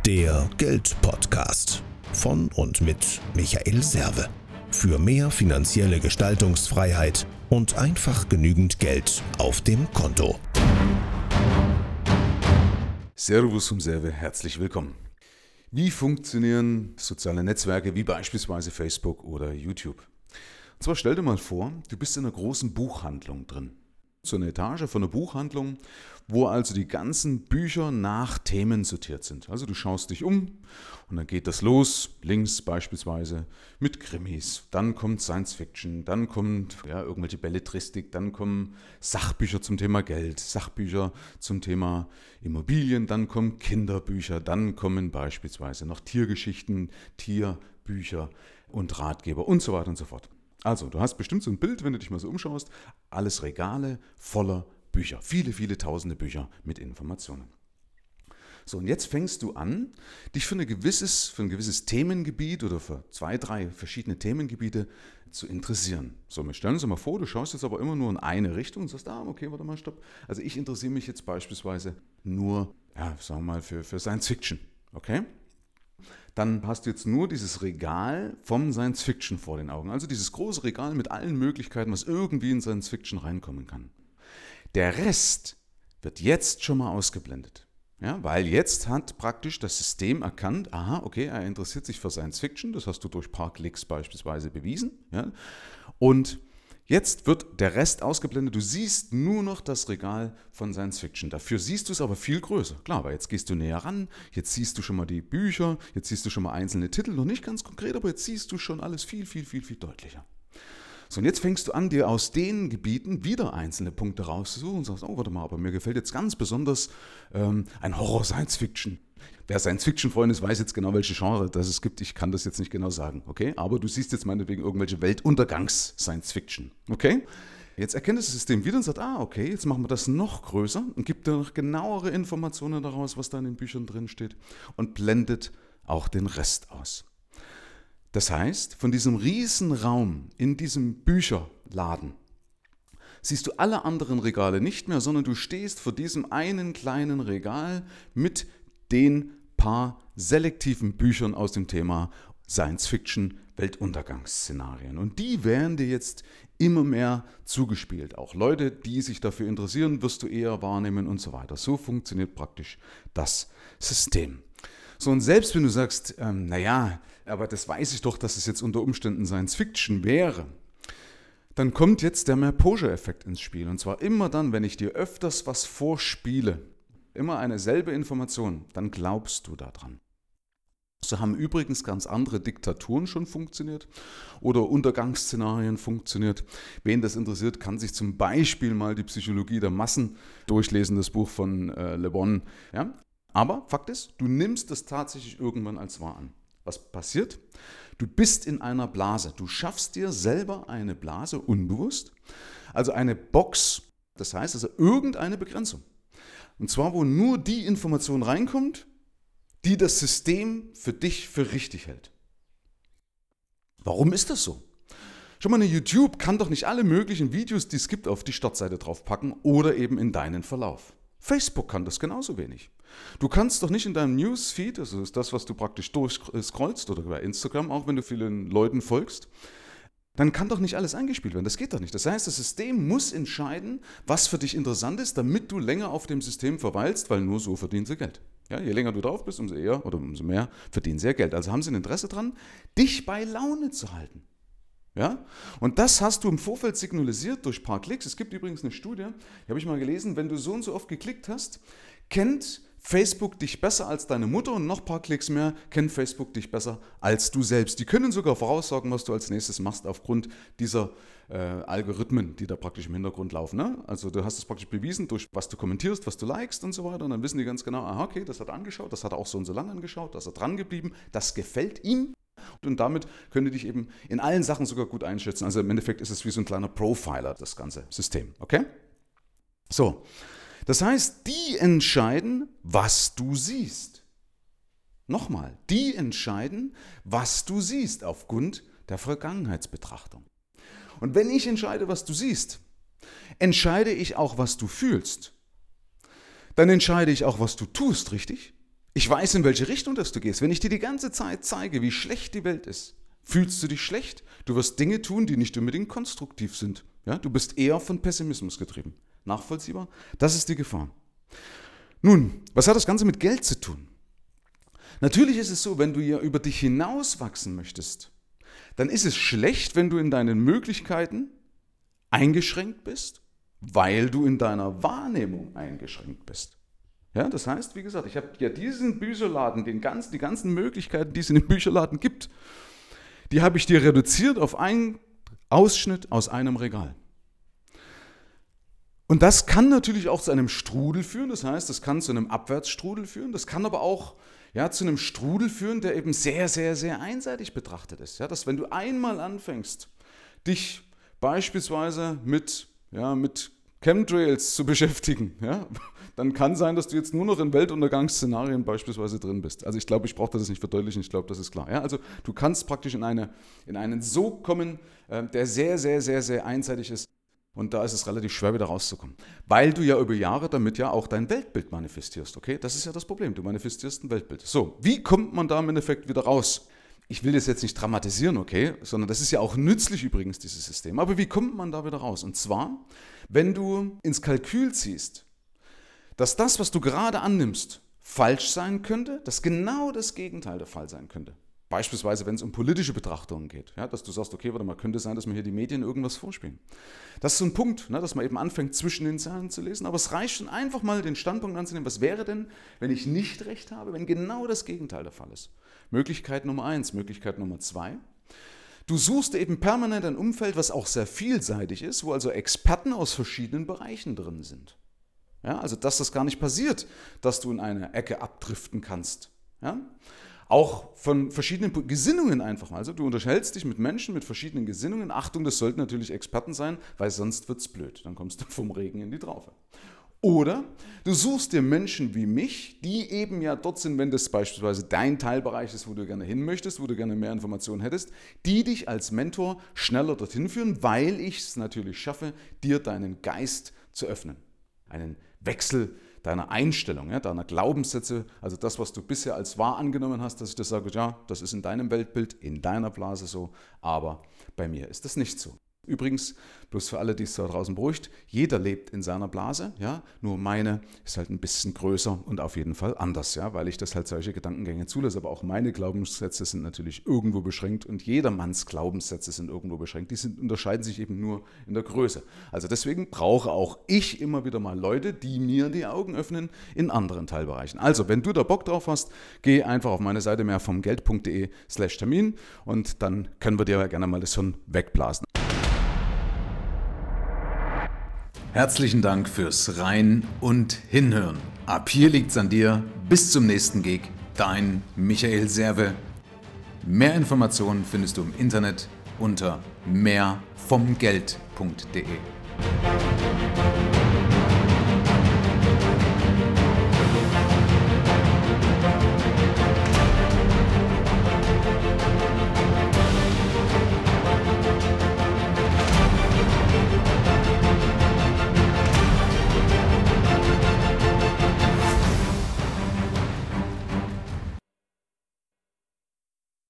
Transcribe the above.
Der Geld-Podcast von und mit Michael Serve. Für mehr finanzielle Gestaltungsfreiheit und einfach genügend Geld auf dem Konto. Servus vom Serve, herzlich willkommen. Wie funktionieren soziale Netzwerke wie beispielsweise Facebook oder YouTube? Und zwar stell dir mal vor, du bist in einer großen Buchhandlung drin. So eine Etage von einer Buchhandlung, wo also die ganzen Bücher nach Themen sortiert sind. Also du schaust dich um und dann geht das los, links beispielsweise mit Krimis, dann kommt Science Fiction, dann kommt irgendwelche Belletristik, dann kommen Sachbücher zum Thema Geld, Sachbücher zum Thema Immobilien, dann kommen Kinderbücher, dann kommen beispielsweise noch Tiergeschichten, Tierbücher und Ratgeber und so weiter und so fort. Also, du hast bestimmt so ein Bild, wenn du dich mal so umschaust, alles Regale voller Bücher, viele, viele tausende Bücher mit Informationen. So, und jetzt fängst du an, dich für ein gewisses Themengebiet oder für 2, 3 verschiedene Themengebiete zu interessieren. So, wir stellen uns mal vor, du schaust jetzt aber immer nur in eine Richtung und sagst, okay, warte mal, stopp. Also ich interessiere mich jetzt beispielsweise nur, sagen wir mal, für Science Fiction, okay? Dann hast du jetzt nur dieses Regal vom Science Fiction vor den Augen. Also dieses große Regal mit allen Möglichkeiten, was irgendwie in Science Fiction reinkommen kann. Der Rest wird jetzt schon mal ausgeblendet. Ja, weil jetzt hat praktisch das System erkannt, er interessiert sich für Science Fiction, das hast du durch ein paar Klicks beispielsweise bewiesen. Ja, und jetzt wird der Rest ausgeblendet, du siehst nur noch das Regal von Science Fiction. Dafür siehst du es aber viel größer. Klar, weil jetzt gehst du näher ran, jetzt siehst du schon mal die Bücher, jetzt siehst du schon mal einzelne Titel, noch nicht ganz konkret, aber jetzt siehst du schon alles viel, viel, viel, viel deutlicher. So, und jetzt fängst du an, dir aus den Gebieten wieder einzelne Punkte rauszusuchen und sagst, warte mal, aber mir gefällt jetzt ganz besonders ein Horror-Science-Fiction. Wer Science-Fiction-Freund ist, weiß jetzt genau, welche Genre das es gibt. Ich kann das jetzt nicht genau sagen, okay? Aber du siehst jetzt meinetwegen irgendwelche Weltuntergangs-Science-Fiction, okay? Jetzt erkennt das System wieder und sagt, jetzt machen wir das noch größer und gibt dir noch genauere Informationen daraus, was da in den Büchern drin steht und blendet auch den Rest aus. Das heißt, von diesem riesen Raum in diesem Bücherladen siehst du alle anderen Regale nicht mehr, sondern du stehst vor diesem einen kleinen Regal mit den paar selektiven Büchern aus dem Thema Science-Fiction, Weltuntergangsszenarien. Und die werden dir jetzt immer mehr zugespielt. Auch Leute, die sich dafür interessieren, wirst du eher wahrnehmen und so weiter. So funktioniert praktisch das System. So, und selbst wenn du sagst, aber das weiß ich doch, dass es jetzt unter Umständen Science Fiction wäre, dann kommt jetzt der Merpoja-Effekt ins Spiel. Und zwar immer dann, wenn ich dir öfters was vorspiele, immer eine selbe Information, dann glaubst du daran. So haben übrigens ganz andere Diktaturen schon funktioniert oder Untergangsszenarien funktioniert. Wen das interessiert, kann sich zum Beispiel mal die Psychologie der Massen durchlesen, das Buch von Le Bon. Ja? Aber Fakt ist, du nimmst das tatsächlich irgendwann als wahr an. Was passiert? Du bist in einer Blase. Du schaffst dir selber eine Blase, unbewusst. Also eine Box, das heißt also irgendeine Begrenzung. Und zwar, wo nur die Information reinkommt, die das System für dich für richtig hält. Warum ist das so? Schau mal, eine YouTube kann doch nicht alle möglichen Videos, die es gibt, auf die Startseite draufpacken oder eben in deinen Verlauf. Facebook kann das genauso wenig. Du kannst doch nicht in deinem Newsfeed, also das ist das, was du praktisch durchscrollst oder bei Instagram, auch wenn du vielen Leuten folgst, dann kann doch nicht alles eingespielt werden. Das geht doch nicht. Das heißt, das System muss entscheiden, was für dich interessant ist, damit du länger auf dem System verweilst, weil nur so verdienen sie Geld. Ja, je länger du drauf bist, umso eher oder umso mehr verdienen sie Geld. Also haben sie ein Interesse dran, dich bei Laune zu halten. Ja? Und das hast du im Vorfeld signalisiert durch ein paar Klicks. Es gibt übrigens eine Studie, die habe ich mal gelesen, wenn du so und so oft geklickt hast, kennt Facebook dich besser als deine Mutter und noch ein paar Klicks mehr kennt Facebook dich besser als du selbst. Die können sogar voraussagen, was du als nächstes machst aufgrund dieser Algorithmen, die da praktisch im Hintergrund laufen. Ne? Also du hast es praktisch bewiesen durch was du kommentierst, was du likest und so weiter und dann wissen die ganz genau, das hat er angeschaut, das hat er auch so und so lange angeschaut, da ist er dran geblieben, das gefällt ihm. Und damit können die dich eben in allen Sachen sogar gut einschätzen. Also im Endeffekt ist es wie so ein kleiner Profiler, das ganze System. Okay? So, das heißt, die entscheiden, was du siehst. Nochmal, die entscheiden, was du siehst aufgrund der Vergangenheitsbetrachtung. Und wenn ich entscheide, was du siehst, entscheide ich auch, was du fühlst. Dann entscheide ich auch, was du tust, richtig? Ich weiß, in welche Richtung das du gehst. Wenn ich dir die ganze Zeit zeige, wie schlecht die Welt ist, fühlst du dich schlecht. Du wirst Dinge tun, die nicht unbedingt konstruktiv sind. Ja? Du bist eher von Pessimismus getrieben. Nachvollziehbar? Das ist die Gefahr. Nun, was hat das Ganze mit Geld zu tun? Natürlich ist es so, wenn du ja über dich hinaus wachsen möchtest, dann ist es schlecht, wenn du in deinen Möglichkeiten eingeschränkt bist, weil du in deiner Wahrnehmung eingeschränkt bist. Ja, das heißt, wie gesagt, ich habe ja diesen Bücherladen, die ganzen Möglichkeiten, die es in dem Bücherladen gibt, die habe ich dir reduziert auf einen Ausschnitt aus einem Regal. Und das kann natürlich auch zu einem Strudel führen, das heißt, das kann zu einem Abwärtsstrudel führen, das kann aber auch zu einem Strudel führen, der eben sehr, sehr, sehr einseitig betrachtet ist. Ja, dass wenn du einmal anfängst, dich beispielsweise mit Chemtrails zu beschäftigen, ja, dann kann sein, dass du jetzt nur noch in Weltuntergangsszenarien beispielsweise drin bist. Also ich glaube, ich brauche das nicht verdeutlichen, ich glaube, das ist klar. Ja, also du kannst praktisch in einen Sog kommen, der sehr, sehr, sehr, sehr einseitig ist. Und da ist es relativ schwer, wieder rauszukommen. Weil du ja über Jahre damit ja auch dein Weltbild manifestierst. Okay, das ist ja das Problem. Du manifestierst ein Weltbild. So, wie kommt man da im Endeffekt wieder raus? Ich will das jetzt nicht dramatisieren, okay, sondern das ist ja auch nützlich übrigens, dieses System. Aber wie kommt man da wieder raus? Und zwar, wenn du ins Kalkül ziehst, dass das, was du gerade annimmst, falsch sein könnte, dass genau das Gegenteil der Fall sein könnte. Beispielsweise, wenn es um politische Betrachtungen geht, ja, dass du sagst, okay, warte mal, könnte sein, dass mir hier die Medien irgendwas vorspielen. Das ist so ein Punkt, ne, dass man eben anfängt, zwischen den Zeilen zu lesen, aber es reicht schon einfach mal, den Standpunkt anzunehmen, was wäre denn, wenn ich nicht recht habe, wenn genau das Gegenteil der Fall ist. Möglichkeit Nummer 1, Möglichkeit Nummer 2. Du suchst eben permanent ein Umfeld, was auch sehr vielseitig ist, wo also Experten aus verschiedenen Bereichen drin sind. Ja, also dass das gar nicht passiert, dass du in eine Ecke abdriften kannst. Ja? Auch von verschiedenen Gesinnungen einfach mal. Also du unterhältst dich mit Menschen mit verschiedenen Gesinnungen. Achtung, das sollten natürlich Experten sein, weil sonst wird es blöd. Dann kommst du vom Regen in die Traufe. Oder du suchst dir Menschen wie mich, die eben ja dort sind, wenn das beispielsweise dein Teilbereich ist, wo du gerne hin möchtest, wo du gerne mehr Informationen hättest, die dich als Mentor schneller dorthin führen, weil ich es natürlich schaffe, dir deinen Geist zu öffnen. Einen Wechsel deiner Einstellung, ja, deiner Glaubenssätze, also das, was du bisher als wahr angenommen hast, dass ich das sage, ja, das ist in deinem Weltbild, in deiner Blase so, aber bei mir ist das nicht so. Übrigens, bloß für alle, die es da draußen beruhigt, jeder lebt in seiner Blase, ja, nur meine ist halt ein bisschen größer und auf jeden Fall anders, ja, weil ich das halt solche Gedankengänge zulasse, aber auch meine Glaubenssätze sind natürlich irgendwo beschränkt und jedermanns Glaubenssätze sind irgendwo beschränkt, unterscheiden sich eben nur in der Größe. Also deswegen brauche auch ich immer wieder mal Leute, die mir die Augen öffnen in anderen Teilbereichen. Also, wenn du da Bock drauf hast, geh einfach auf meine Seite mehrvomgeld.de/Termin und dann können wir dir ja gerne mal das Hirn wegblasen. Herzlichen Dank fürs Rein- und Hinhören. Ab hier liegt's an dir. Bis zum nächsten Gig. Dein Michael Serve. Mehr Informationen findest du im Internet unter mehrvomgeld.de.